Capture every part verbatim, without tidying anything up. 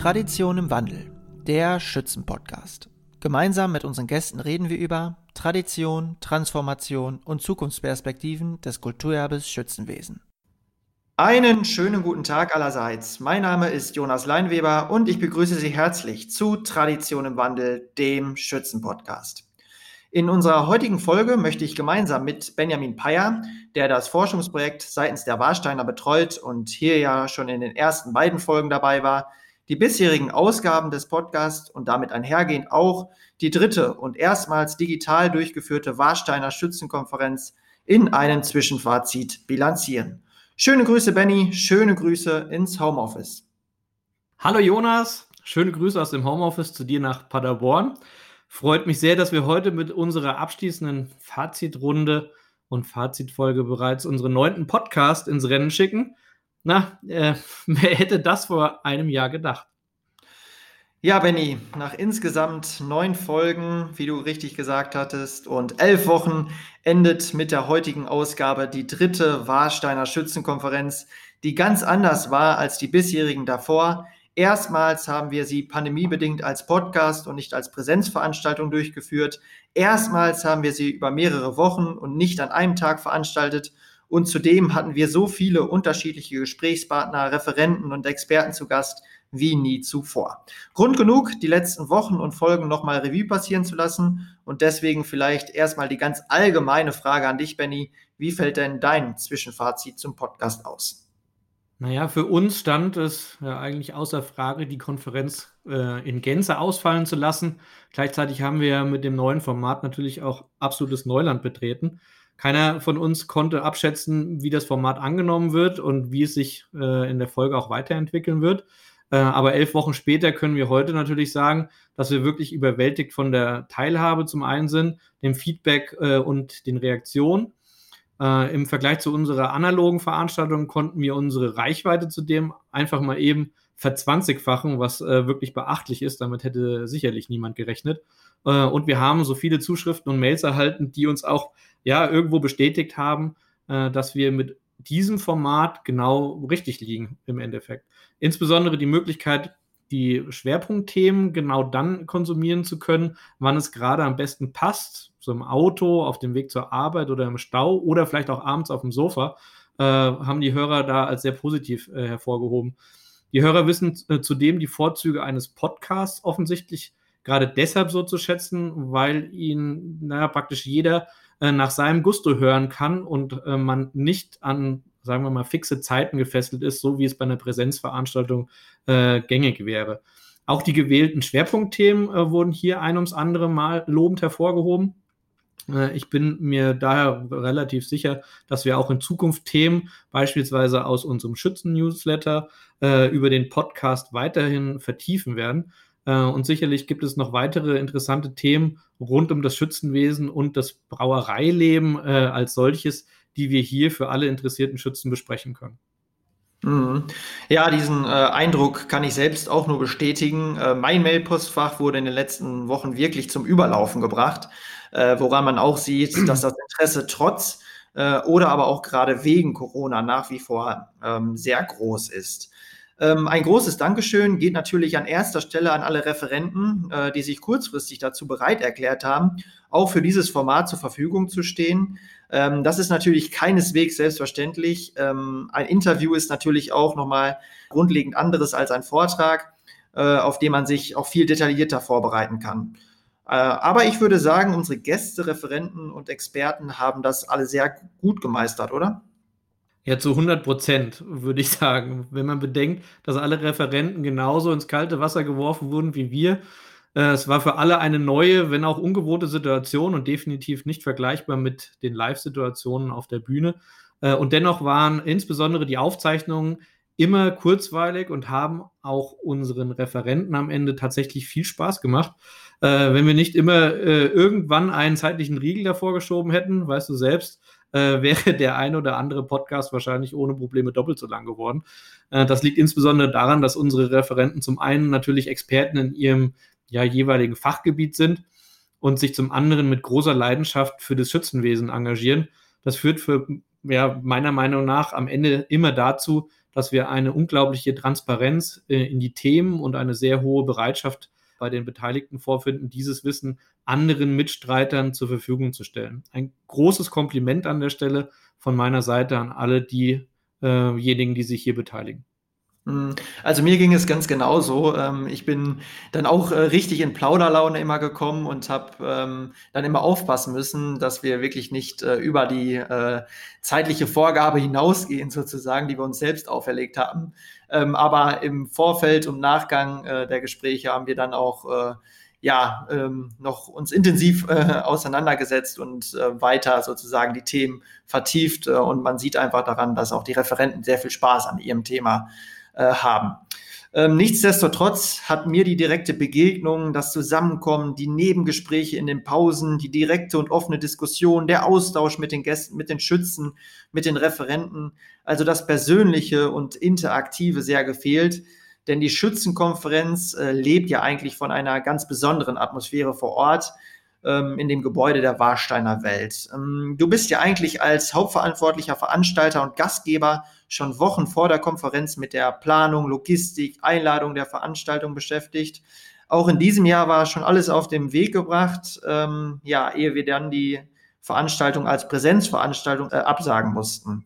Tradition im Wandel, der Schützen-Podcast. Gemeinsam mit unseren Gästen reden wir über Tradition, Transformation und Zukunftsperspektiven des Kulturerbes Schützenwesen. Einen schönen guten Tag allerseits. Mein Name ist Jonas Leinweber und ich begrüße Sie herzlich zu Tradition im Wandel, dem Schützen-Podcast. In unserer heutigen Folge möchte ich gemeinsam mit Benjamin Peyer, der das Forschungsprojekt seitens der Warsteiner betreut und hier ja schon in den ersten beiden Folgen dabei war, die bisherigen Ausgaben des Podcasts und damit einhergehend auch die dritte und erstmals digital durchgeführte Warsteiner Schützenkonferenz in einem Zwischenfazit bilanzieren. Schöne Grüße, Benny, schöne Grüße ins Homeoffice. Hallo Jonas, schöne Grüße aus dem Homeoffice zu dir nach Paderborn. Freut mich sehr, dass wir heute mit unserer abschließenden Fazitrunde und Fazitfolge bereits unseren neunten Podcast ins Rennen schicken. Na, äh, wer hätte das vor einem Jahr gedacht? Ja, Benny, nach insgesamt neun Folgen, wie du richtig gesagt hattest, und elf Wochen endet mit der heutigen Ausgabe die dritte Warsteiner Schützenkonferenz, die ganz anders war als die bisherigen davor. Erstmals haben wir sie pandemiebedingt als Podcast und nicht als Präsenzveranstaltung durchgeführt. Erstmals haben wir sie über mehrere Wochen und nicht an einem Tag veranstaltet. Und zudem hatten wir so viele unterschiedliche Gesprächspartner, Referenten und Experten zu Gast wie nie zuvor. Grund genug, die letzten Wochen und Folgen nochmal Revue passieren zu lassen. Und deswegen vielleicht erstmal die ganz allgemeine Frage an dich, Benny. Wie fällt denn dein Zwischenfazit zum Podcast aus? Naja, für uns stand es ja eigentlich außer Frage, die Konferenz äh, in Gänze ausfallen zu lassen. Gleichzeitig haben wir ja mit dem neuen Format natürlich auch absolutes Neuland betreten. Keiner von uns konnte abschätzen, wie das Format angenommen wird und wie es sich äh, in der Folge auch weiterentwickeln wird. Äh, aber elf Wochen später können wir heute natürlich sagen, dass wir wirklich überwältigt von der Teilhabe zum einen sind, dem Feedback äh, und den Reaktionen. Äh, Im Vergleich zu unserer analogen Veranstaltung konnten wir unsere Reichweite zudem einfach mal eben verzwanzigfachen, was äh, wirklich beachtlich ist. Damit hätte sicherlich niemand gerechnet. Äh, und wir haben so viele Zuschriften und Mails erhalten, die uns auch ja irgendwo bestätigt haben, äh, dass wir mit diesem Format genau richtig liegen im Endeffekt. Insbesondere die Möglichkeit, die Schwerpunktthemen genau dann konsumieren zu können, wann es gerade am besten passt, so im Auto, auf dem Weg zur Arbeit oder im Stau oder vielleicht auch abends auf dem Sofa, äh, haben die Hörer da als sehr positiv äh, hervorgehoben. Die Hörer wissen äh, zudem die Vorzüge eines Podcasts offensichtlich gerade deshalb so zu schätzen, weil ihn naja, praktisch jeder äh, nach seinem Gusto hören kann und äh, man nicht an, sagen wir mal, fixe Zeiten gefesselt ist, so wie es bei einer Präsenzveranstaltung äh, gängig wäre. Auch die gewählten Schwerpunktthemen äh, wurden hier ein ums andere Mal lobend hervorgehoben. Äh, ich bin mir daher relativ sicher, dass wir auch in Zukunft Themen, beispielsweise aus unserem Schützen-Newsletter, äh, über den Podcast weiterhin vertiefen werden. Äh, und sicherlich gibt es noch weitere interessante Themen rund um das Schützenwesen und das Brauereileben äh, als solches, die wir hier für alle interessierten Schützen besprechen können. Mhm. Ja, diesen äh, Eindruck kann ich selbst auch nur bestätigen. Äh, mein Mailpostfach wurde in den letzten Wochen wirklich zum Überlaufen gebracht, äh, woran man auch sieht, dass das Interesse trotz äh, oder aber auch gerade wegen Corona nach wie vor ähm, sehr groß ist. Ähm, ein großes Dankeschön geht natürlich an erster Stelle an alle Referenten, äh, die sich kurzfristig dazu bereit erklärt haben, auch für dieses Format zur Verfügung zu stehen. Ähm, das ist natürlich keineswegs selbstverständlich. Ähm, ein Interview ist natürlich auch nochmal grundlegend anderes als ein Vortrag, äh, auf den man sich auch viel detaillierter vorbereiten kann. Äh, aber ich würde sagen, unsere Gäste, Referenten und Experten haben das alle sehr gut gemeistert, oder? Ja, zu hundert Prozent, würde ich sagen. Wenn man bedenkt, dass alle Referenten genauso ins kalte Wasser geworfen wurden wie wir. Äh, es war für alle eine neue, wenn auch ungewohnte Situation und definitiv nicht vergleichbar mit den Live-Situationen auf der Bühne. Äh, und dennoch waren insbesondere die Aufzeichnungen immer kurzweilig und haben auch unseren Referenten am Ende tatsächlich viel Spaß gemacht. Äh, wenn wir nicht immer äh, irgendwann einen zeitlichen Riegel davor geschoben hätten, weißt du selbst, äh, wäre der ein oder andere Podcast wahrscheinlich ohne Probleme doppelt so lang geworden. Äh, das liegt insbesondere daran, dass unsere Referenten zum einen natürlich Experten in ihrem ja, jeweiligen Fachgebiet sind und sich zum anderen mit großer Leidenschaft für das Schützenwesen engagieren. Das führt für ja, meiner Meinung nach am Ende immer dazu, dass wir eine unglaubliche Transparenz äh, in die Themen und eine sehr hohe Bereitschaft bei den Beteiligten vorfinden, dieses Wissen anderen Mitstreitern zur Verfügung zu stellen. Ein großes Kompliment an der Stelle von meiner Seite an alle diejenigen, die sich hier beteiligen. Also mir ging es ganz genauso. Ähm, ich bin dann auch äh, richtig in Plauderlaune immer gekommen und habe ähm, dann immer aufpassen müssen, dass wir wirklich nicht äh, über die äh, zeitliche Vorgabe hinausgehen, sozusagen, die wir uns selbst auferlegt haben. Ähm, aber im Vorfeld und Nachgang äh, der Gespräche haben wir dann auch äh, ja ähm, noch uns intensiv äh, auseinandergesetzt und äh, weiter sozusagen die Themen vertieft. Äh, und man sieht einfach daran, dass auch die Referenten sehr viel Spaß an ihrem Thema haben. Ähm, nichtsdestotrotz hat mir die direkte Begegnung, das Zusammenkommen, die Nebengespräche in den Pausen, die direkte und offene Diskussion, der Austausch mit den Gästen, mit den Schützen, mit den Referenten, also das Persönliche und Interaktive sehr gefehlt. Denn die Schützenkonferenz äh, lebt ja eigentlich von einer ganz besonderen Atmosphäre vor Ort ähm, in dem Gebäude der Warsteiner Welt. Ähm, du bist ja eigentlich als hauptverantwortlicher Veranstalter und Gastgeber schon Wochen vor der Konferenz mit der Planung, Logistik, Einladung der Veranstaltung beschäftigt. Auch in diesem Jahr war schon alles auf den Weg gebracht, ähm, ja, ehe wir dann die Veranstaltung als Präsenzveranstaltung äh, absagen mussten.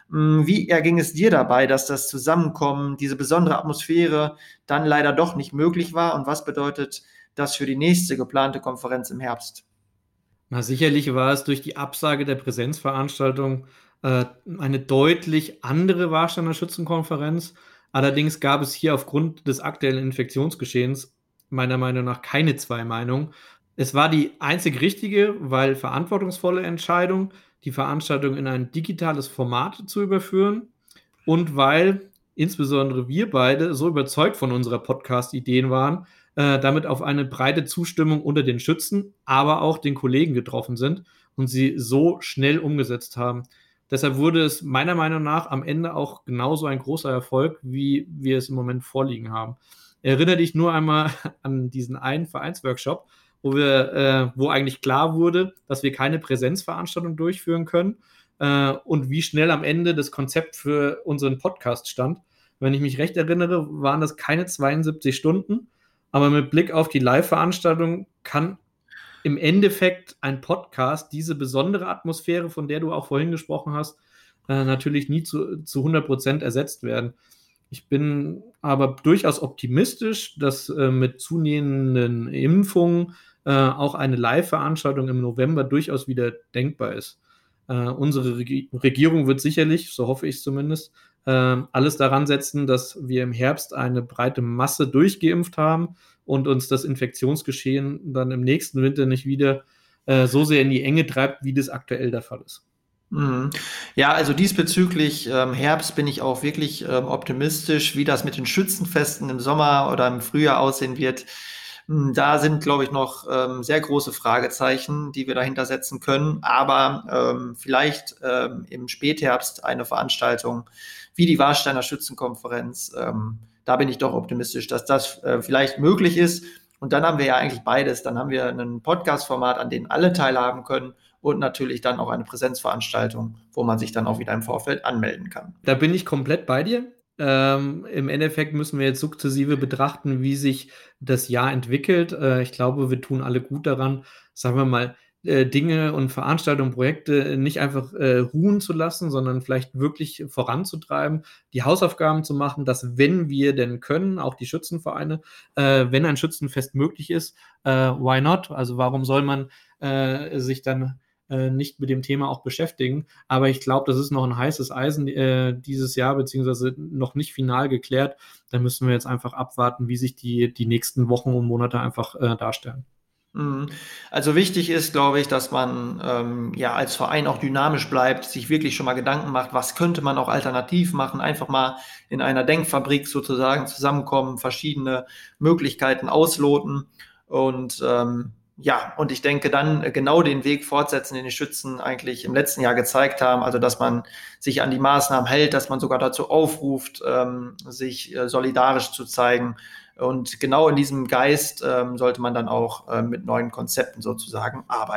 Wie erging es dir dabei, dass das Zusammenkommen, diese besondere Atmosphäre dann leider doch nicht möglich war? Und was bedeutet das für die nächste geplante Konferenz im Herbst? Na, sicherlich war es durch die Absage der Präsenzveranstaltung äh, eine deutlich andere Warsteiner Schützenkonferenz. Allerdings gab es hier aufgrund des aktuellen Infektionsgeschehens meiner Meinung nach keine zwei Meinungen. Es war die einzig richtige, weil verantwortungsvolle Entscheidung, die Veranstaltung in ein digitales Format zu überführen und weil insbesondere wir beide so überzeugt von unserer Podcast-Ideen waren, äh, damit auf eine breite Zustimmung unter den Schützen, aber auch den Kollegen getroffen sind und sie so schnell umgesetzt haben. Deshalb wurde es meiner Meinung nach am Ende auch genauso ein großer Erfolg, wie wir es im Moment vorliegen haben. Erinnere dich nur einmal an diesen einen Vereinsworkshop, wo wir, äh, wo eigentlich klar wurde, dass wir keine Präsenzveranstaltung durchführen können äh, und wie schnell am Ende das Konzept für unseren Podcast stand. Wenn ich mich recht erinnere, waren das keine zweiundsiebzig Stunden, aber mit Blick auf die Live-Veranstaltung kann im Endeffekt ein Podcast diese besondere Atmosphäre, von der du auch vorhin gesprochen hast, äh, natürlich nie zu, zu hundert Prozent ersetzt werden. Ich bin aber durchaus optimistisch, dass äh, mit zunehmenden Impfungen äh, auch eine Live-Veranstaltung im November durchaus wieder denkbar ist. Äh, unsere Reg- Regierung wird sicherlich, so hoffe ich zumindest, äh, alles daran setzen, dass wir im Herbst eine breite Masse durchgeimpft haben und uns das Infektionsgeschehen dann im nächsten Winter nicht wieder äh, so sehr in die Enge treibt, wie das aktuell der Fall ist. Mhm. Ja, also diesbezüglich ähm, Herbst bin ich auch wirklich ähm, optimistisch, wie das mit den Schützenfesten im Sommer oder im Frühjahr aussehen wird. Hm, Da sind, glaube ich, noch ähm, sehr große Fragezeichen, die wir dahinter setzen können. Aber ähm, vielleicht ähm, im Spätherbst eine Veranstaltung wie die Warsteiner Schützenkonferenz. Ähm, da bin ich doch optimistisch, dass das äh, vielleicht möglich ist. Und dann haben wir ja eigentlich beides. Dann haben wir ein Podcast-Format, an dem alle teilhaben können und natürlich dann auch eine Präsenzveranstaltung, wo man sich dann auch wieder im Vorfeld anmelden kann. Da bin ich komplett bei dir. Ähm, im Endeffekt müssen wir jetzt sukzessive betrachten, wie sich das Jahr entwickelt. Äh, ich glaube, wir tun alle gut daran, sagen wir mal, äh, Dinge und Veranstaltungen, Projekte nicht einfach äh, ruhen zu lassen, sondern vielleicht wirklich voranzutreiben, die Hausaufgaben zu machen, dass, wenn wir denn können, auch die Schützenvereine, äh, wenn ein Schützenfest möglich ist, äh, why not? Also warum soll man äh, sich dann äh, nicht mit dem Thema auch beschäftigen? Aber ich glaube, das ist noch ein heißes Eisen äh, dieses Jahr, beziehungsweise noch nicht final geklärt. Da müssen wir jetzt einfach abwarten, wie sich die, die nächsten Wochen und Monate einfach äh, darstellen. Mhm. Also wichtig ist, glaube ich, dass man ähm, ja als Verein auch dynamisch bleibt, sich wirklich schon mal Gedanken macht, was könnte man auch alternativ machen, einfach mal in einer Denkfabrik sozusagen zusammenkommen, verschiedene Möglichkeiten ausloten und ähm, ja, und ich denke dann genau den Weg fortsetzen, den die Schützen eigentlich im letzten Jahr gezeigt haben, also dass man sich an die Maßnahmen hält, dass man sogar dazu aufruft, ähm, sich äh, solidarisch zu zeigen. Und genau in diesem Geist ähm, sollte man dann auch äh, mit neuen Konzepten sozusagen arbeiten.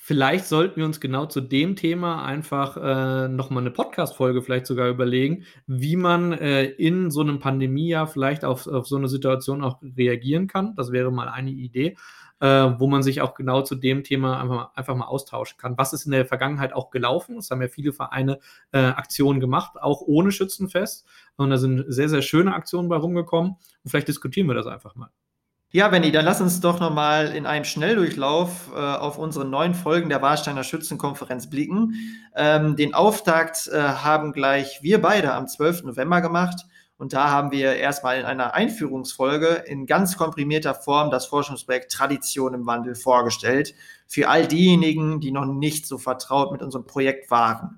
Vielleicht sollten wir uns genau zu dem Thema einfach äh, nochmal eine Podcast-Folge vielleicht sogar überlegen, wie man äh, in so einem Pandemiejahr vielleicht auf, auf so eine Situation auch reagieren kann. Das wäre mal eine Idee, äh, wo man sich auch genau zu dem Thema einfach mal, einfach mal austauschen kann. Was ist in der Vergangenheit auch gelaufen? Es haben ja viele Vereine äh, Aktionen gemacht, auch ohne Schützenfest. Und da sind sehr, sehr schöne Aktionen bei rumgekommen. Und vielleicht diskutieren wir das einfach mal. Ja, Benni, dann lass uns doch nochmal in einem Schnelldurchlauf äh, auf unsere neuen Folgen der Warsteiner Schützenkonferenz blicken. Ähm, den Auftakt äh, haben gleich wir beide am zwölften November gemacht. Und da haben wir erstmal in einer Einführungsfolge in ganz komprimierter Form das Forschungsprojekt Tradition im Wandel vorgestellt. Für all diejenigen, die noch nicht so vertraut mit unserem Projekt waren.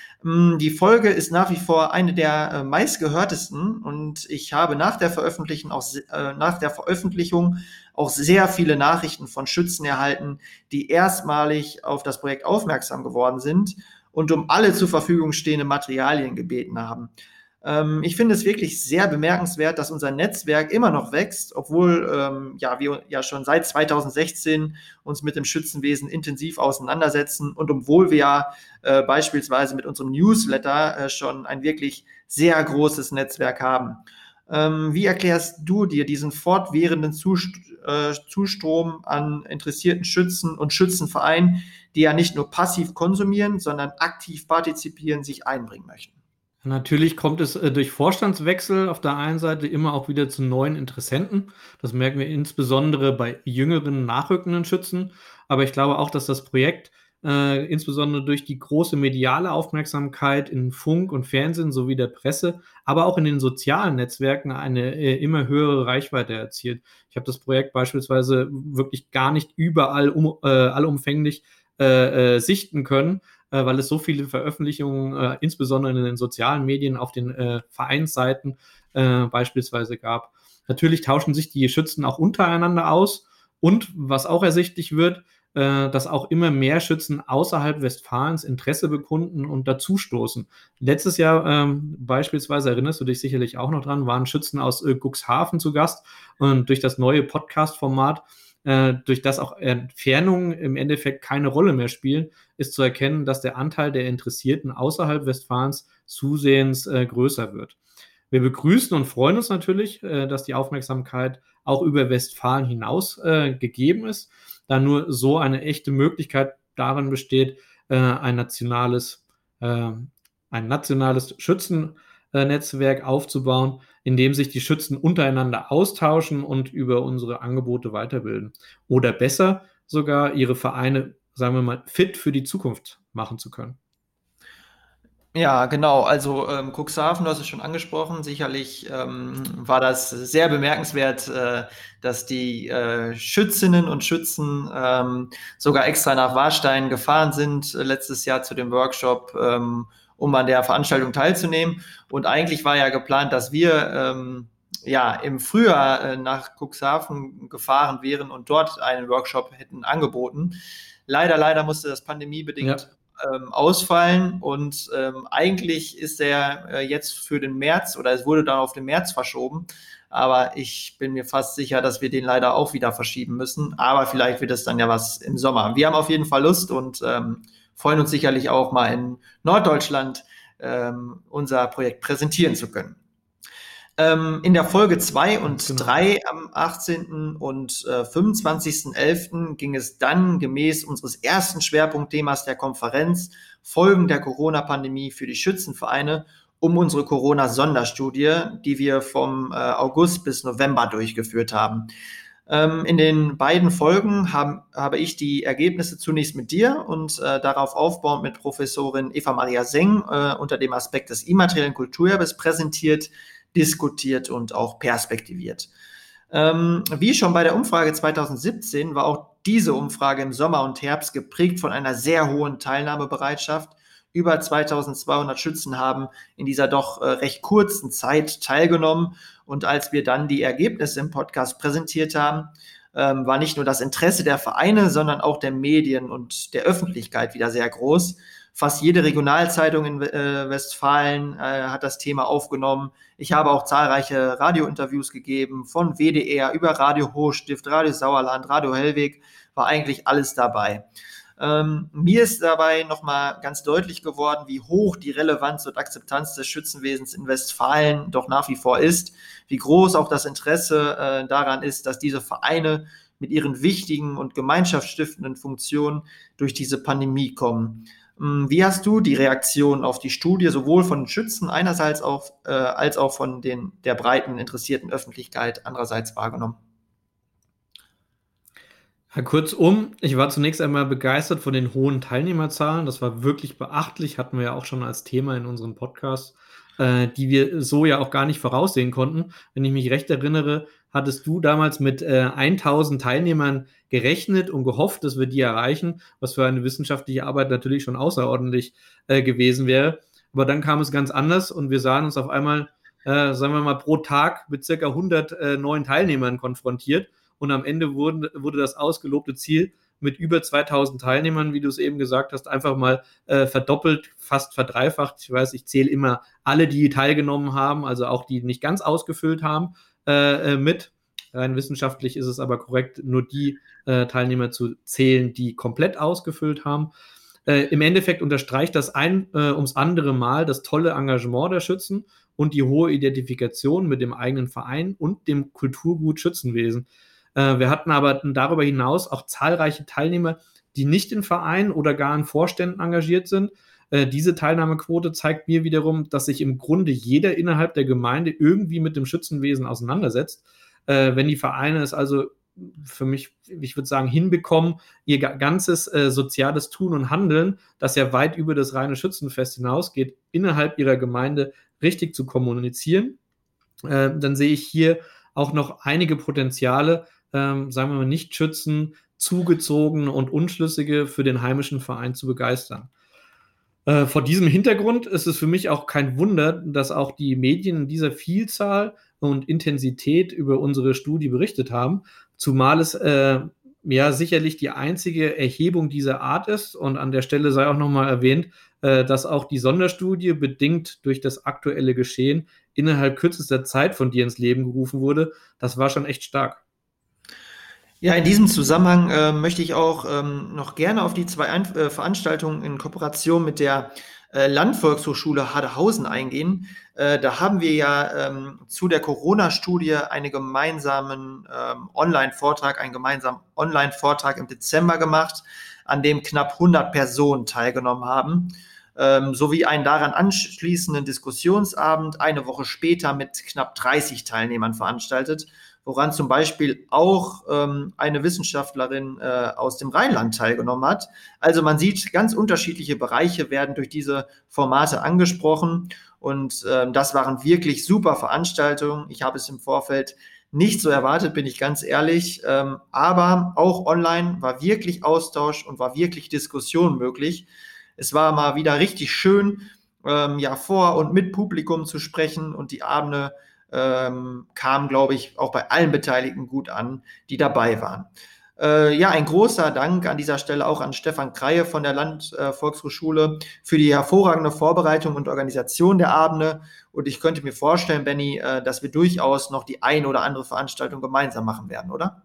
Die Folge ist nach wie vor eine der äh, meistgehörtesten und ich habe nach der Veröffentlichung auch, äh, nach der Veröffentlichung auch sehr viele Nachrichten von Schützen erhalten, die erstmalig auf das Projekt aufmerksam geworden sind und um alle zur Verfügung stehenden Materialien gebeten haben. Ähm, ich finde es wirklich sehr bemerkenswert, dass unser Netzwerk immer noch wächst, obwohl ähm, ja, wir ja schon seit zweitausendsechzehn uns mit dem Schützenwesen intensiv auseinandersetzen und obwohl wir ja äh, beispielsweise mit unserem Newsletter äh, schon ein wirklich sehr großes Netzwerk haben. Ähm, wie erklärst du dir diesen fortwährenden Zust- äh, Zustrom an interessierten Schützen und Schützenvereinen, die ja nicht nur passiv konsumieren, sondern aktiv partizipieren, sich einbringen möchten? Natürlich kommt es äh, durch Vorstandswechsel auf der einen Seite immer auch wieder zu neuen Interessenten. Das merken wir insbesondere bei jüngeren, nachrückenden Schützen. Aber ich glaube auch, dass das Projekt äh, insbesondere durch die große mediale Aufmerksamkeit in Funk und Fernsehen sowie der Presse, aber auch in den sozialen Netzwerken eine äh, immer höhere Reichweite erzielt. Ich habe das Projekt beispielsweise wirklich gar nicht überall um, äh, allumfänglich äh, äh, sichten können, äh, weil es so viele Veröffentlichungen, äh, insbesondere in den sozialen Medien, auf den äh, Vereinsseiten äh, beispielsweise gab. Natürlich tauschen sich die Schützen auch untereinander aus und was auch ersichtlich wird, äh, dass auch immer mehr Schützen außerhalb Westfalens Interesse bekunden und dazustoßen. Letztes Jahr ähm, beispielsweise, erinnerst du dich sicherlich auch noch dran, waren Schützen aus äh, Cuxhaven zu Gast und durch das neue Podcast-Format, äh, durch das auch Entfernungen im Endeffekt keine Rolle mehr spielen, ist zu erkennen, dass der Anteil der Interessierten außerhalb Westfalens zusehends äh, größer wird. Wir begrüßen und freuen uns natürlich, äh, dass die Aufmerksamkeit auch über Westfalen hinaus äh, gegeben ist, da nur so eine echte Möglichkeit darin besteht, äh, ein nationales, äh, ein nationales Schützennetzwerk aufzubauen, in dem sich die Schützen untereinander austauschen und über unsere Angebote weiterbilden. Oder besser sogar ihre Vereine, sagen wir mal, fit für die Zukunft machen zu können. Ja, genau. Also ähm, Cuxhaven, du hast es schon angesprochen. Sicherlich ähm, war das sehr bemerkenswert, äh, dass die äh, Schützinnen und Schützen ähm, sogar extra nach Warstein gefahren sind, äh, letztes Jahr zu dem Workshop, ähm, um an der Veranstaltung teilzunehmen. Und eigentlich war ja geplant, dass wir ähm, ja im Frühjahr äh, nach Cuxhaven gefahren wären und dort einen Workshop hätten angeboten. Leider, leider musste das pandemiebedingt Ja. Ähm, ausfallen und ähm, eigentlich ist der äh, jetzt für den März oder es wurde dann auf den März verschoben, aber ich bin mir fast sicher, dass wir den leider auch wieder verschieben müssen, aber vielleicht wird es dann ja was im Sommer. Wir haben auf jeden Fall Lust und ähm, freuen uns sicherlich auch mal in Norddeutschland ähm, unser Projekt präsentieren zu können. Ähm, in der Folge zwei und Genau. drei am achtzehnten und äh, fünfundzwanzigsten elften ging es dann gemäß unseres ersten Schwerpunktthemas der Konferenz Folgen der Corona-Pandemie für die Schützenvereine um unsere Corona-Sonderstudie, die wir vom äh, August bis November durchgeführt haben. Ähm, in den beiden Folgen haben, habe ich die Ergebnisse zunächst mit dir und äh, darauf aufbauend mit Professorin Eva Maria Seng äh, unter dem Aspekt des immateriellen Kulturerbes präsentiert, diskutiert und auch perspektiviert. Ähm, wie schon bei der Umfrage zweitausendsiebzehn war auch diese Umfrage im Sommer und Herbst geprägt von einer sehr hohen Teilnahmebereitschaft. Über zweitausendzweihundert Schützen haben in dieser doch äh, recht kurzen Zeit teilgenommen. Und als wir dann die Ergebnisse im Podcast präsentiert haben, ähm, war nicht nur das Interesse der Vereine, sondern auch der Medien und der Öffentlichkeit wieder sehr groß. Fast jede Regionalzeitung in äh, Westfalen äh, hat das Thema aufgenommen. Ich habe auch zahlreiche Radiointerviews gegeben, von W D R über Radio Hochstift, Radio Sauerland, Radio Hellweg, war eigentlich alles dabei. Ähm, mir ist dabei nochmal ganz deutlich geworden, wie hoch die Relevanz und Akzeptanz des Schützenwesens in Westfalen doch nach wie vor ist, wie groß auch das Interesse äh, daran ist, dass diese Vereine mit ihren wichtigen und gemeinschaftsstiftenden Funktionen durch diese Pandemie kommen. Wie hast du die Reaktion auf die Studie sowohl von den Schützen einerseits auch, äh, als auch von den, der breiten interessierten Öffentlichkeit andererseits wahrgenommen? Ja, kurzum, ich war zunächst einmal begeistert von den hohen Teilnehmerzahlen. Das war wirklich beachtlich, hatten wir ja auch schon als Thema in unserem Podcast, äh, die wir so ja auch gar nicht voraussehen konnten. Wenn ich mich recht erinnere, hattest du damals mit äh, tausend Teilnehmern gerechnet und gehofft, dass wir die erreichen, was für eine wissenschaftliche Arbeit natürlich schon außerordentlich äh, gewesen wäre. Aber dann kam es ganz anders und wir sahen uns auf einmal, äh, sagen wir mal, pro Tag mit circa hundert äh, neuen Teilnehmern konfrontiert. Und am Ende wurden, wurde das ausgelobte Ziel mit über zweitausend Teilnehmern, wie du es eben gesagt hast, einfach mal äh, verdoppelt, fast verdreifacht. Ich weiß, ich zähle immer alle, die teilgenommen haben, also auch die nicht ganz ausgefüllt haben, äh, mit. Rein wissenschaftlich ist es aber korrekt, nur die äh, Teilnehmer zu zählen, die komplett ausgefüllt haben. Äh, Im Endeffekt unterstreicht das ein äh, ums andere Mal das tolle Engagement der Schützen und die hohe Identifikation mit dem eigenen Verein und dem Kulturgut Schützenwesen. Wir hatten aber darüber hinaus auch zahlreiche Teilnehmer, die nicht in Vereinen oder gar in Vorständen engagiert sind. Diese Teilnahmequote zeigt mir wiederum, dass sich im Grunde jeder innerhalb der Gemeinde irgendwie mit dem Schützenwesen auseinandersetzt. Wenn die Vereine es also für mich, ich würde sagen, hinbekommen, ihr ganzes soziales Tun und Handeln, das ja weit über das reine Schützenfest hinausgeht, innerhalb ihrer Gemeinde richtig zu kommunizieren, dann sehe ich hier auch noch einige Potenziale, Ähm, sagen wir mal, Nichtschützen, Zugezogene und Unschlüssige für den heimischen Verein zu begeistern. Äh, vor diesem Hintergrund ist es für mich auch kein Wunder, dass auch die Medien in dieser Vielzahl und Intensität über unsere Studie berichtet haben, zumal es äh, ja sicherlich die einzige Erhebung dieser Art ist. Und an der Stelle sei auch nochmal erwähnt, äh, dass auch die Sonderstudie bedingt durch das aktuelle Geschehen innerhalb kürzester Zeit von dir ins Leben gerufen wurde. Das war schon echt stark. Ja, in diesem Zusammenhang äh, möchte ich auch ähm, noch gerne auf die zwei Ein äh, Veranstaltungen in Kooperation mit der äh, Landvolkshochschule Haderhausen eingehen. Äh, da haben wir ja ähm, zu der Corona-Studie einen gemeinsamen ähm, Online-Vortrag, einen gemeinsamen Online-Vortrag im Dezember gemacht, an dem knapp hundert Personen teilgenommen haben, ähm, sowie einen daran anschließenden Diskussionsabend eine Woche später mit knapp dreißig Teilnehmern veranstaltet, woran zum Beispiel auch ähm, eine Wissenschaftlerin äh, aus dem Rheinland teilgenommen hat. Also man sieht, ganz unterschiedliche Bereiche werden durch diese Formate angesprochen und ähm, das waren wirklich super Veranstaltungen. Ich habe es im Vorfeld nicht so erwartet, bin ich ganz ehrlich, ähm, aber auch online war wirklich Austausch und war wirklich Diskussion möglich. Es war mal wieder richtig schön, ähm, ja, vor und mit Publikum zu sprechen und die Abende Ähm, kam, glaube ich, auch bei allen Beteiligten gut an, die dabei waren. Äh, ja, ein großer Dank an dieser Stelle auch an Stefan Kreie von der Landvolkshochschule äh, für die hervorragende Vorbereitung und Organisation der Abende. Und ich könnte mir vorstellen, Benny, äh, dass wir durchaus noch die ein oder andere Veranstaltung gemeinsam machen werden, oder?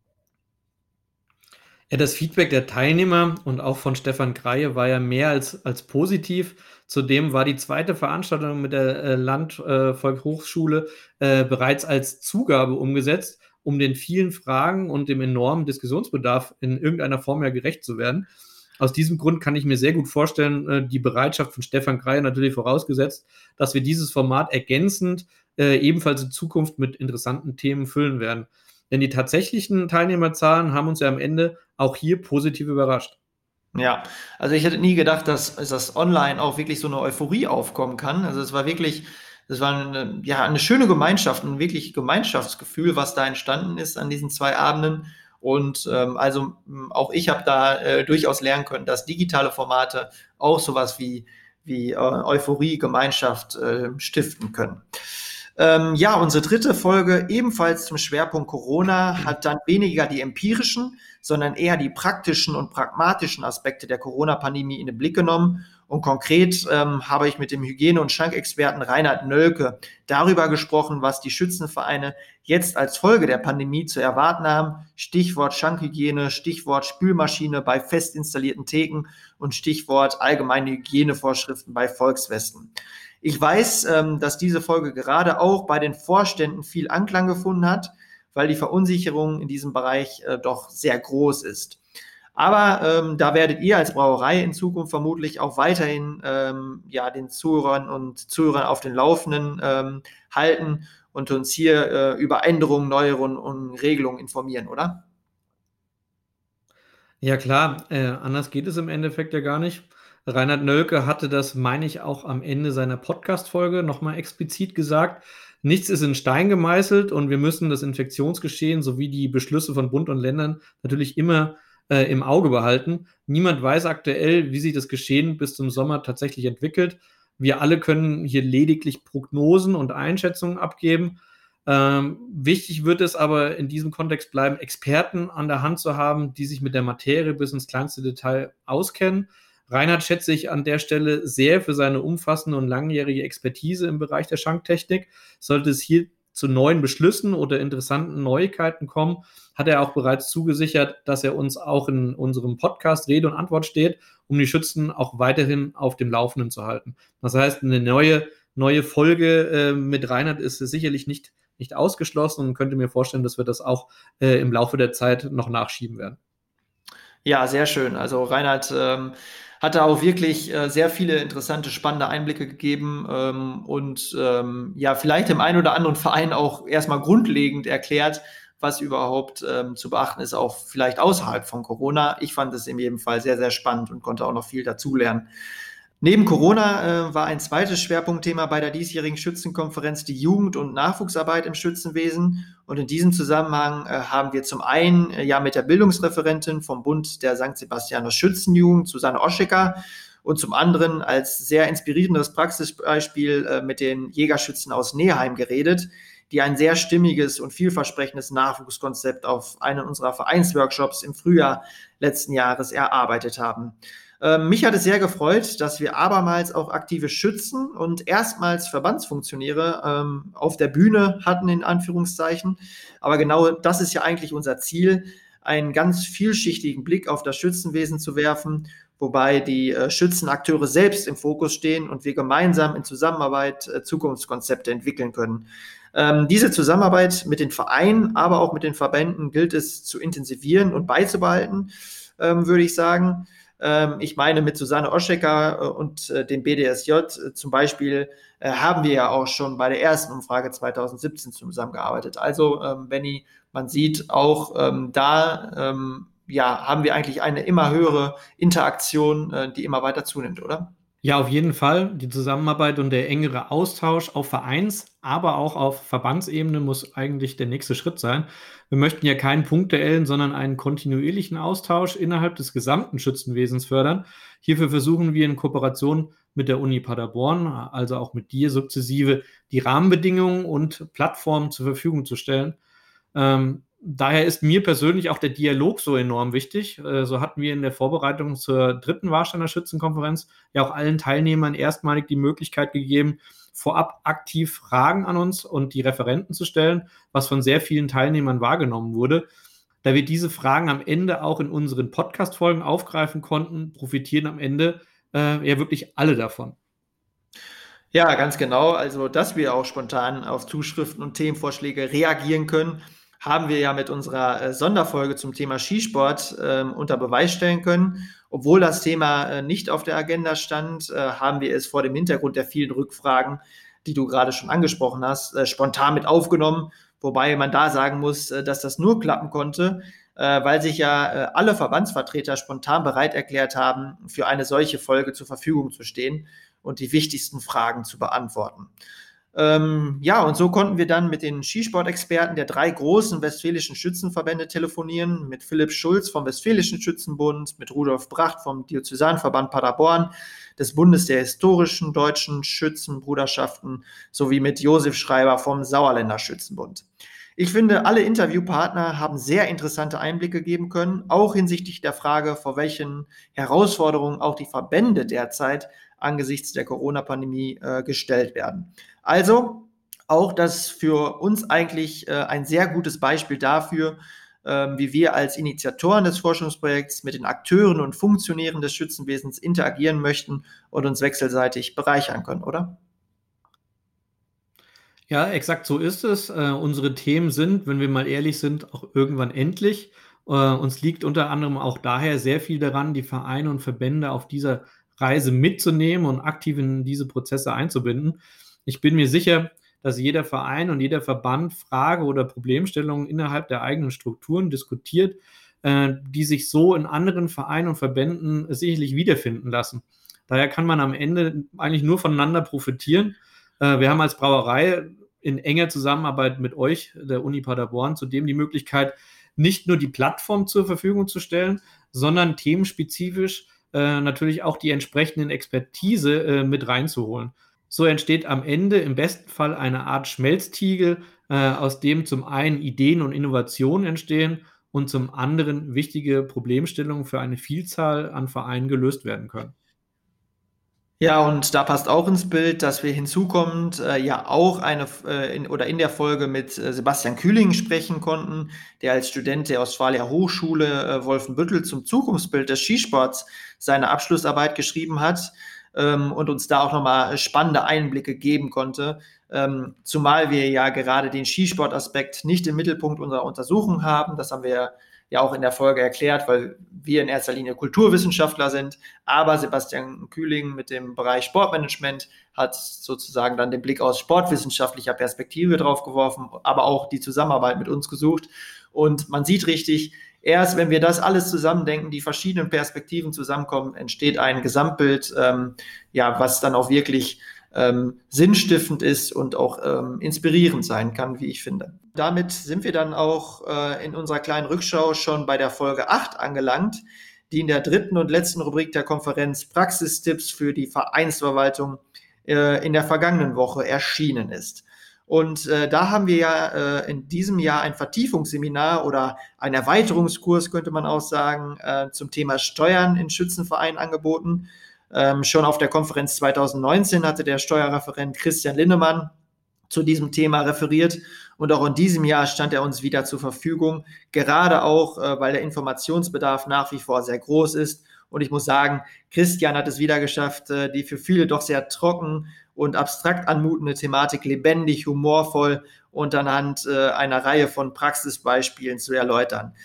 Ja, das Feedback der Teilnehmer und auch von Stefan Kreie war ja mehr als, als positiv. Zudem war die zweite Veranstaltung mit der äh, Landvolkshochschule äh, bereits als Zugabe umgesetzt, um den vielen Fragen und dem enormen Diskussionsbedarf in irgendeiner Form ja gerecht zu werden. Aus diesem Grund kann ich mir sehr gut vorstellen, äh, die Bereitschaft von Stefan Kreie natürlich vorausgesetzt, dass wir dieses Format ergänzend äh, ebenfalls in Zukunft mit interessanten Themen füllen werden. Denn die tatsächlichen Teilnehmerzahlen haben uns ja am Ende auch hier positiv überrascht. Ja, also ich hätte nie gedacht, dass, dass online auch wirklich so eine Euphorie aufkommen kann. Also es war wirklich, es war eine, ja, eine schöne Gemeinschaft, ein wirklich Gemeinschaftsgefühl, was da entstanden ist an diesen zwei Abenden. Und ähm, also auch ich habe da äh, durchaus lernen können, dass digitale Formate auch sowas wie, wie äh, Euphorie, Gemeinschaft äh, stiften können. Ähm, ja, unsere dritte Folge, ebenfalls zum Schwerpunkt Corona, hat dann weniger die empirischen, sondern eher die praktischen und pragmatischen Aspekte der Corona-Pandemie in den Blick genommen Und konkret ähm, habe ich mit dem Hygiene- und Schankexperten Reinhard Nölke darüber gesprochen, was die Schützenvereine jetzt als Folge der Pandemie zu erwarten haben. Stichwort Schankhygiene, Stichwort Spülmaschine bei fest installierten Theken und Stichwort allgemeine Hygienevorschriften bei Volksfesten. Ich weiß, ähm, dass diese Folge gerade auch bei den Vorständen viel Anklang gefunden hat, weil die Verunsicherung in diesem Bereich äh, doch sehr groß ist. Aber ähm, da werdet ihr als Brauerei in Zukunft vermutlich auch weiterhin ähm, ja, den Zuhörern und Zuhörern auf den Laufenden ähm, halten und uns hier äh, über Änderungen, Neuerungen und Regelungen informieren, oder? Ja klar, äh, anders geht es im Endeffekt ja gar nicht. Reinhard Nölke hatte das, meine ich, auch am Ende seiner Podcast-Folge nochmal explizit gesagt. Nichts ist in Stein gemeißelt und wir müssen das Infektionsgeschehen sowie die Beschlüsse von Bund und Ländern natürlich immer äh, im Auge behalten. Niemand weiß aktuell, wie sich das Geschehen bis zum Sommer tatsächlich entwickelt. Wir alle können hier lediglich Prognosen und Einschätzungen abgeben. Ähm, wichtig wird es aber in diesem Kontext bleiben, Experten an der Hand zu haben, die sich mit der Materie bis ins kleinste Detail auskennen. Reinhard schätze ich an der Stelle sehr für seine umfassende und langjährige Expertise im Bereich der Schanktechnik. Sollte es hier zu neuen Beschlüssen oder interessanten Neuigkeiten kommen, hat er auch bereits zugesichert, dass er uns auch in unserem Podcast Rede und Antwort steht, um die Schützen auch weiterhin auf dem Laufenden zu halten. Das heißt, eine neue, neue Folge äh, mit Reinhard ist sicherlich nicht nicht ausgeschlossen und könnte mir vorstellen, dass wir das auch äh, im Laufe der Zeit noch nachschieben werden. Ja, sehr schön. Also Reinhard ähm, hat da auch wirklich äh, sehr viele interessante, spannende Einblicke gegeben ähm, und ähm, ja, vielleicht dem einen oder anderen Verein auch erstmal grundlegend erklärt, was überhaupt ähm, zu beachten ist, auch vielleicht außerhalb von Corona. Ich fand es in jedem Fall sehr, sehr spannend und konnte auch noch viel dazulernen. Neben Corona äh, war ein zweites Schwerpunktthema bei der diesjährigen Schützenkonferenz die Jugend- und Nachwuchsarbeit im Schützenwesen. Und in diesem Zusammenhang äh, haben wir zum einen äh, ja mit der Bildungsreferentin vom Bund der Sankt Sebastianer Schützenjugend, Susanne Oschecker, und zum anderen als sehr inspirierendes Praxisbeispiel äh, mit den Jägerschützen aus Neheim geredet, die ein sehr stimmiges und vielversprechendes Nachwuchskonzept auf einen unserer Vereinsworkshops im Frühjahr letzten Jahres erarbeitet haben. Ähm, mich hat es sehr gefreut, dass wir abermals auch aktive Schützen und erstmals Verbandsfunktionäre ähm, auf der Bühne hatten, in Anführungszeichen. Aber genau das ist ja eigentlich unser Ziel, einen ganz vielschichtigen Blick auf das Schützenwesen zu werfen, wobei die äh, Schützenakteure selbst im Fokus stehen und wir gemeinsam in Zusammenarbeit äh, Zukunftskonzepte entwickeln können. Ähm, diese Zusammenarbeit mit den Vereinen, aber auch mit den Verbänden gilt es zu intensivieren und beizubehalten, ähm, würde ich sagen. Ähm, ich meine, mit Susanne Oschecker äh, und äh, dem B D S J äh, zum Beispiel äh, haben wir ja auch schon bei der ersten Umfrage zwanzig siebzehn zusammengearbeitet. Also, ähm, Benny, man sieht auch ähm, da, ähm, ja, haben wir eigentlich eine immer höhere Interaktion, äh, die immer weiter zunimmt, oder? Ja, auf jeden Fall. Die Zusammenarbeit und der engere Austausch auf Vereins-, aber auch auf Verbandsebene muss eigentlich der nächste Schritt sein. Wir möchten ja keinen punktuellen, sondern einen kontinuierlichen Austausch innerhalb des gesamten Schützenwesens fördern. Hierfür versuchen wir in Kooperation mit der Uni Paderborn, also auch mit dir, sukzessive die Rahmenbedingungen und Plattformen zur Verfügung zu stellen. Ähm, daher ist mir persönlich auch der Dialog so enorm wichtig. Äh, so hatten wir in der Vorbereitung zur dritten Warsteiner Schützenkonferenz ja auch allen Teilnehmern erstmalig die Möglichkeit gegeben, vorab aktiv Fragen an uns und die Referenten zu stellen, was von sehr vielen Teilnehmern wahrgenommen wurde. Da wir diese Fragen am Ende auch in unseren Podcast-Folgen aufgreifen konnten, profitieren am Ende äh, ja wirklich alle davon. Ja, ganz genau. Also, dass wir auch spontan auf Zuschriften und Themenvorschläge reagieren können, haben wir ja mit unserer äh, Sonderfolge zum Thema Skisport ähm, unter Beweis stellen können. Obwohl das Thema äh, nicht auf der Agenda stand, äh, haben wir es vor dem Hintergrund der vielen Rückfragen, die du gerade schon angesprochen hast, äh, spontan mit aufgenommen. Wobei man da sagen muss, äh, dass das nur klappen konnte, äh, weil sich ja äh, alle Verbandsvertreter spontan bereit erklärt haben, für eine solche Folge zur Verfügung zu stehen und die wichtigsten Fragen zu beantworten. Ähm, ja, und so konnten wir dann mit den Skisportexperten der drei großen westfälischen Schützenverbände telefonieren, mit Philipp Schulz vom Westfälischen Schützenbund, mit Rudolf Bracht vom Diözesanverband Paderborn, des Bundes der historischen deutschen Schützenbruderschaften sowie mit Josef Schreiber vom Sauerländer Schützenbund. Ich finde, alle Interviewpartner haben sehr interessante Einblicke geben können, auch hinsichtlich der Frage, vor welchen Herausforderungen auch die Verbände derzeit angesichts der Corona-Pandemie äh, gestellt werden. Also auch das für uns eigentlich äh, ein sehr gutes Beispiel dafür, ähm, wie wir als Initiatoren des Forschungsprojekts mit den Akteuren und Funktionären des Schützenwesens interagieren möchten und uns wechselseitig bereichern können, oder? Ja, exakt so ist es. Äh, unsere Themen sind, wenn wir mal ehrlich sind, auch irgendwann endlich. Äh, uns liegt unter anderem auch daher sehr viel daran, die Vereine und Verbände auf dieser Reise mitzunehmen und aktiv in diese Prozesse einzubinden. Ich bin mir sicher, dass jeder Verein und jeder Verband Frage- oder Problemstellungen innerhalb der eigenen Strukturen diskutiert, äh, die sich so in anderen Vereinen und Verbänden sicherlich wiederfinden lassen. Daher kann man am Ende eigentlich nur voneinander profitieren. Äh, wir haben als Brauerei in enger Zusammenarbeit mit euch, der Uni Paderborn, zudem die Möglichkeit, nicht nur die Plattform zur Verfügung zu stellen, sondern themenspezifisch äh, natürlich auch die entsprechenden Expertise äh, mit reinzuholen. So entsteht am Ende im besten Fall eine Art Schmelztiegel, äh, aus dem zum einen Ideen und Innovationen entstehen und zum anderen wichtige Problemstellungen für eine Vielzahl an Vereinen gelöst werden können. Ja, und da passt auch ins Bild, dass wir hinzukommend äh, ja auch eine äh, in, oder in der Folge mit äh, Sebastian Kühling sprechen konnten, der als Student der Ostfalia Hochschule äh, Wolfenbüttel zum Zukunftsbild des Skisports seine Abschlussarbeit geschrieben hat ähm, und uns da auch nochmal spannende Einblicke geben konnte, ähm, zumal wir ja gerade den Skisportaspekt nicht im Mittelpunkt unserer Untersuchung haben. Das haben wir ja auch in der Folge erklärt, weil wir in erster Linie Kulturwissenschaftler sind. Aber Sebastian Kühling mit dem Bereich Sportmanagement hat sozusagen dann den Blick aus sportwissenschaftlicher Perspektive drauf geworfen, aber auch die Zusammenarbeit mit uns gesucht. Und man sieht richtig, erst wenn wir das alles zusammendenken, die verschiedenen Perspektiven zusammenkommen, entsteht ein Gesamtbild, ähm, ja, was dann auch wirklich ähm, sinnstiftend ist und auch ähm, inspirierend sein kann, wie ich finde. Damit sind wir dann auch äh, in unserer kleinen Rückschau schon bei der Folge acht angelangt, die in der dritten und letzten Rubrik der Konferenz Praxistipps für die Vereinsverwaltung äh, in der vergangenen Woche erschienen ist. Und äh, da haben wir ja äh, in diesem Jahr ein Vertiefungsseminar oder ein Erweiterungskurs, könnte man auch sagen, äh, zum Thema Steuern in Schützenvereinen angeboten. Ähm, schon auf der Konferenz zwanzig neunzehn hatte der Steuerreferent Christian Linnemann zu diesem Thema referiert und auch in diesem Jahr stand er uns wieder zur Verfügung, gerade auch, äh, weil der Informationsbedarf nach wie vor sehr groß ist. Und ich muss sagen, Christian hat es wieder geschafft, äh, die für viele doch sehr trocken und abstrakt anmutende Thematik lebendig, humorvoll und anhand äh, einer Reihe von Praxisbeispielen zu erläutern.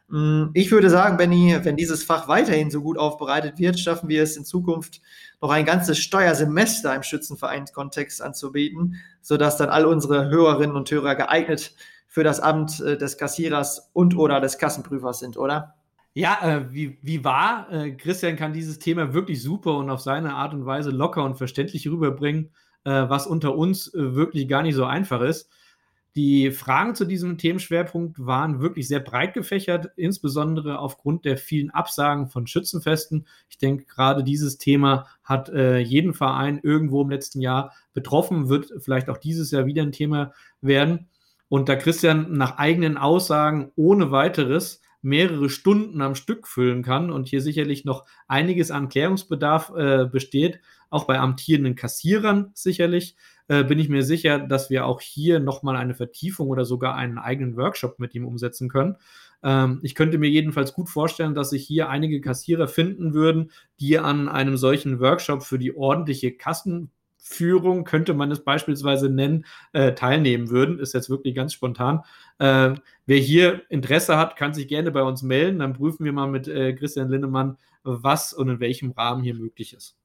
Ich würde sagen, Benny, wenn dieses Fach weiterhin so gut aufbereitet wird, schaffen wir es in Zukunft noch ein ganzes Steuersemester im Schützenvereinskontext anzubieten, sodass dann all unsere Hörerinnen und Hörer geeignet für das Amt des Kassierers und oder des Kassenprüfers sind, oder? Ja, äh, wie, wie wahr, äh, Christian kann dieses Thema wirklich super und auf seine Art und Weise locker und verständlich rüberbringen, äh, was unter uns äh, wirklich gar nicht so einfach ist. Die Fragen zu diesem Themenschwerpunkt waren wirklich sehr breit gefächert, insbesondere aufgrund der vielen Absagen von Schützenfesten. Ich denke, gerade dieses Thema hat äh, jeden Verein irgendwo im letzten Jahr betroffen, wird vielleicht auch dieses Jahr wieder ein Thema werden. Und da Christian nach eigenen Aussagen ohne weiteres mehrere Stunden am Stück füllen kann und hier sicherlich noch einiges an Klärungsbedarf äh, besteht, auch bei amtierenden Kassierern sicherlich, äh, bin ich mir sicher, dass wir auch hier nochmal eine Vertiefung oder sogar einen eigenen Workshop mit ihm umsetzen können. Ähm, ich könnte mir jedenfalls gut vorstellen, dass sich hier einige Kassierer finden würden, die an einem solchen Workshop für die ordentliche Kassenführung, könnte man es beispielsweise nennen, äh, teilnehmen würden. Ist jetzt wirklich ganz spontan. Äh, wer hier Interesse hat, kann sich gerne bei uns melden. Dann prüfen wir mal mit äh, Christian Linnemann, was und in welchem Rahmen hier möglich ist.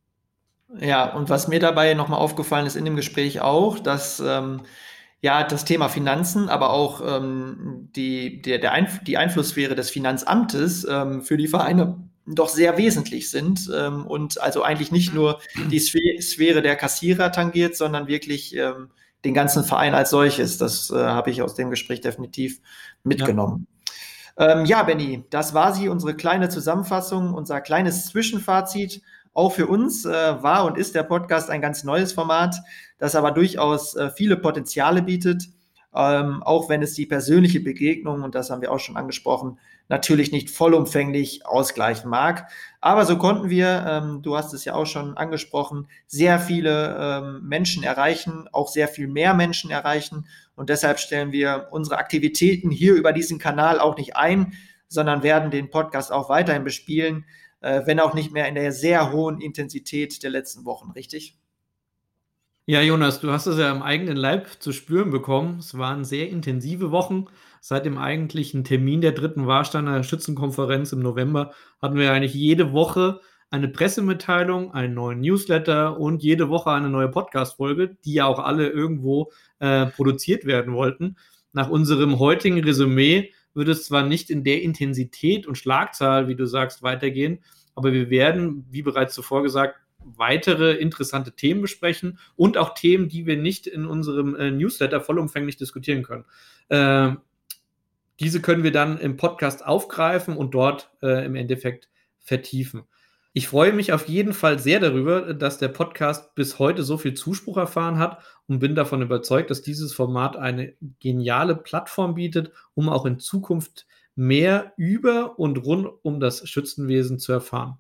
Ja, und was mir dabei nochmal aufgefallen ist in dem Gespräch auch, dass ähm, ja das Thema Finanzen, aber auch ähm, die, der, der Einf die Einflusssphäre des Finanzamtes ähm, für die Vereine doch sehr wesentlich sind ähm, und also eigentlich nicht nur die Sph Sphäre der Kassierer tangiert, sondern wirklich ähm, den ganzen Verein als solches. Das äh, habe ich aus dem Gespräch definitiv mitgenommen. Ja. Ähm, ja, Benny, das war sie, unsere kleine Zusammenfassung, unser kleines Zwischenfazit. Auch für uns äh, war und ist der Podcast ein ganz neues Format, das aber durchaus äh, viele Potenziale bietet. ähm, auch wenn es die persönliche Begegnung, und das haben wir auch schon angesprochen, natürlich nicht vollumfänglich ausgleichen mag. Aber so konnten wir, ähm, du hast es ja auch schon angesprochen, sehr viele ähm, Menschen erreichen, auch sehr viel mehr Menschen erreichen. Und deshalb stellen wir unsere Aktivitäten hier über diesen Kanal auch nicht ein, sondern werden den Podcast auch weiterhin bespielen, äh, wenn auch nicht mehr in der sehr hohen Intensität der letzten Wochen, richtig? Ja, Jonas, du hast es ja im eigenen Leib zu spüren bekommen. Es waren sehr intensive Wochen. Seit dem eigentlichen Termin der dritten Warsteiner Schützenkonferenz im November hatten wir eigentlich jede Woche eine Pressemitteilung, einen neuen Newsletter und jede Woche eine neue Podcast-Folge, die ja auch alle irgendwo äh, produziert werden wollten. Nach unserem heutigen Resümee wird es zwar nicht in der Intensität und Schlagzahl, wie du sagst, weitergehen, aber wir werden, wie bereits zuvor gesagt, weitere interessante Themen besprechen und auch Themen, die wir nicht in unserem äh, Newsletter vollumfänglich diskutieren können. Äh, diese können wir dann im Podcast aufgreifen und dort äh, im Endeffekt vertiefen. Ich freue mich auf jeden Fall sehr darüber, dass der Podcast bis heute so viel Zuspruch erfahren hat und bin davon überzeugt, dass dieses Format eine geniale Plattform bietet, um auch in Zukunft mehr über und rund um das Schützenwesen zu erfahren.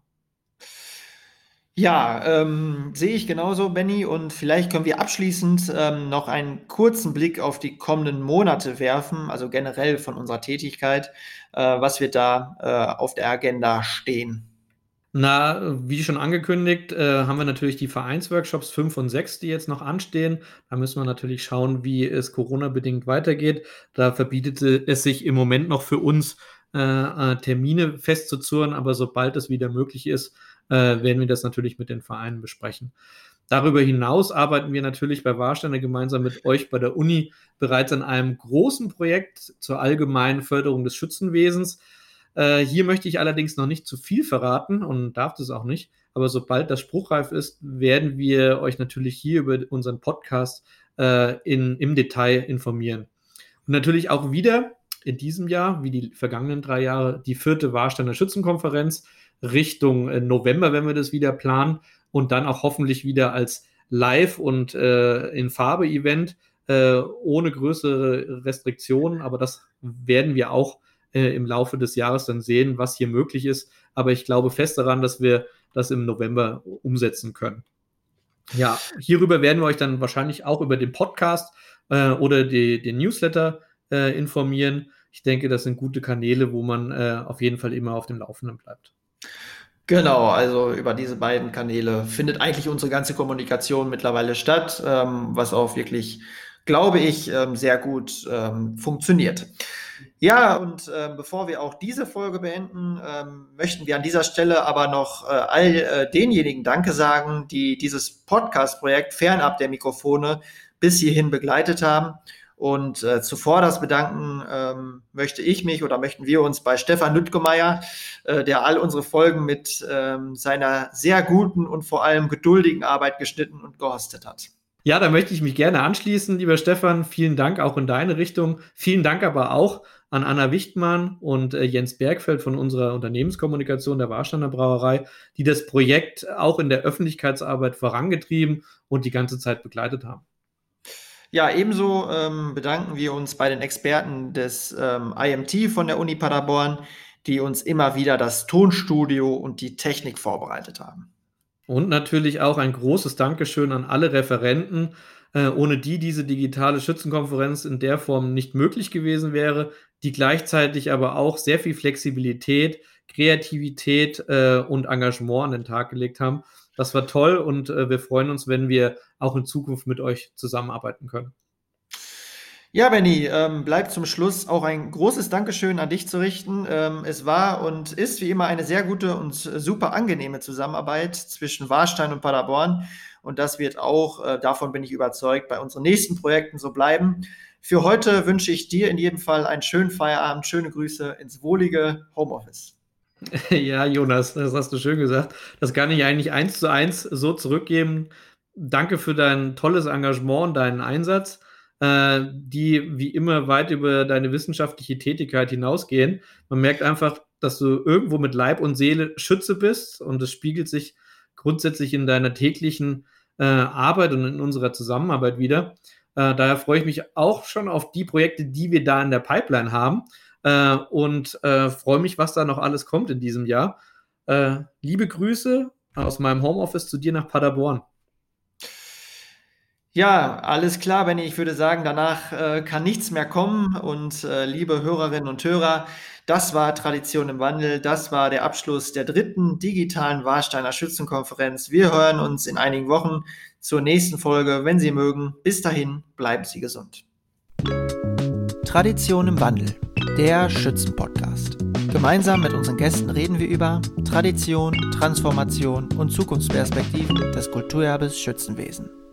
Ja, ähm, sehe ich genauso, Benny. Und vielleicht können wir abschließend ähm, noch einen kurzen Blick auf die kommenden Monate werfen, also generell von unserer Tätigkeit, äh, was wird da äh, auf der Agenda stehen. Na, wie schon angekündigt, äh, haben wir natürlich die Vereinsworkshops fünf und sechs, die jetzt noch anstehen. Da müssen wir natürlich schauen, wie es Corona-bedingt weitergeht. Da verbietet es sich im Moment noch für uns, äh, äh, Termine festzuzurren, aber sobald es wieder möglich ist, äh, werden wir das natürlich mit den Vereinen besprechen. Darüber hinaus arbeiten wir natürlich bei Warsteiner gemeinsam mit euch bei der Uni bereits an einem großen Projekt zur allgemeinen Förderung des Schützenwesens. Äh, hier möchte ich allerdings noch nicht zu viel verraten und darf das auch nicht. Aber sobald das spruchreif ist, werden wir euch natürlich hier über unseren Podcast äh, in, im Detail informieren. Und natürlich auch wieder in diesem Jahr, wie die vergangenen drei Jahre, die vierte Warsteiner Schützenkonferenz Richtung äh, November, wenn wir das wieder planen. Und dann auch hoffentlich wieder als Live- und äh, in Farbe-Event äh, ohne größere Restriktionen. Aber das werden wir auch äh, im Laufe des Jahres dann sehen, was hier möglich ist. Aber ich glaube fest daran, dass wir das im November umsetzen können. Ja, hierüber werden wir euch dann wahrscheinlich auch über den Podcast äh, oder die, den Newsletter äh, informieren. Ich denke, das sind gute Kanäle, wo man äh, auf jeden Fall immer auf dem Laufenden bleibt. Genau, also über diese beiden Kanäle findet eigentlich unsere ganze Kommunikation mittlerweile statt, ähm, was auch wirklich, glaube ich, ähm, sehr gut ähm, funktioniert. Ja, und äh, bevor wir auch diese Folge beenden, ähm, möchten wir an dieser Stelle aber noch äh, all äh, denjenigen Danke sagen, die dieses Podcast-Projekt fernab der Mikrofone bis hierhin begleitet haben. Und äh, zuvor das bedanken ähm, möchte ich mich oder möchten wir uns bei Stefan Lüttgemeier, äh, der all unsere Folgen mit ähm, seiner sehr guten und vor allem geduldigen Arbeit geschnitten und gehostet hat. Ja, da möchte ich mich gerne anschließen, lieber Stefan. Vielen Dank auch in deine Richtung. Vielen Dank aber auch an Anna Wichtmann und äh, Jens Bergfeld von unserer Unternehmenskommunikation der Warsteiner Brauerei, die das Projekt auch in der Öffentlichkeitsarbeit vorangetrieben und die ganze Zeit begleitet haben. Ja, ebenso ähm, bedanken wir uns bei den Experten des ähm, I M T von der Uni Paderborn, die uns immer wieder das Tonstudio und die Technik vorbereitet haben. Und natürlich auch ein großes Dankeschön an alle Referenten, äh, ohne die diese digitale Schützenkonferenz in der Form nicht möglich gewesen wäre, die gleichzeitig aber auch sehr viel Flexibilität, Kreativität äh, und Engagement an den Tag gelegt haben. Das war toll und äh, wir freuen uns, wenn wir auch in Zukunft mit euch zusammenarbeiten können. Ja, Benny, ähm, bleibt zum Schluss auch ein großes Dankeschön an dich zu richten. Ähm, es war und ist wie immer eine sehr gute und super angenehme Zusammenarbeit zwischen Warstein und Paderborn. Und das wird auch, äh, davon bin ich überzeugt, bei unseren nächsten Projekten so bleiben. Für heute wünsche ich dir in jedem Fall einen schönen Feierabend, schöne Grüße ins wohlige Homeoffice. Ja, Jonas, das hast du schön gesagt. Das kann ich eigentlich eins zu eins so zurückgeben. Danke für dein tolles Engagement und deinen Einsatz, äh, die wie immer weit über deine wissenschaftliche Tätigkeit hinausgehen. Man merkt einfach, dass du irgendwo mit Leib und Seele Schütze bist und es spiegelt sich grundsätzlich in deiner täglichen äh, Arbeit und in unserer Zusammenarbeit wieder. Äh, daher freue ich mich auch schon auf die Projekte, die wir da in der Pipeline haben äh, und äh, freue mich, was da noch alles kommt in diesem Jahr. Äh, liebe Grüße aus meinem Homeoffice zu dir nach Paderborn. Ja, alles klar, Benni. Ich würde sagen, danach äh, kann nichts mehr kommen. Und äh, liebe Hörerinnen und Hörer, das war Tradition im Wandel. Das war der Abschluss der dritten digitalen Warsteiner Schützenkonferenz. Wir hören uns in einigen Wochen zur nächsten Folge, wenn Sie mögen. Bis dahin, bleiben Sie gesund. Tradition im Wandel, der Schützenpodcast. Gemeinsam mit unseren Gästen reden wir über Tradition, Transformation und Zukunftsperspektiven des Kulturerbes Schützenwesen.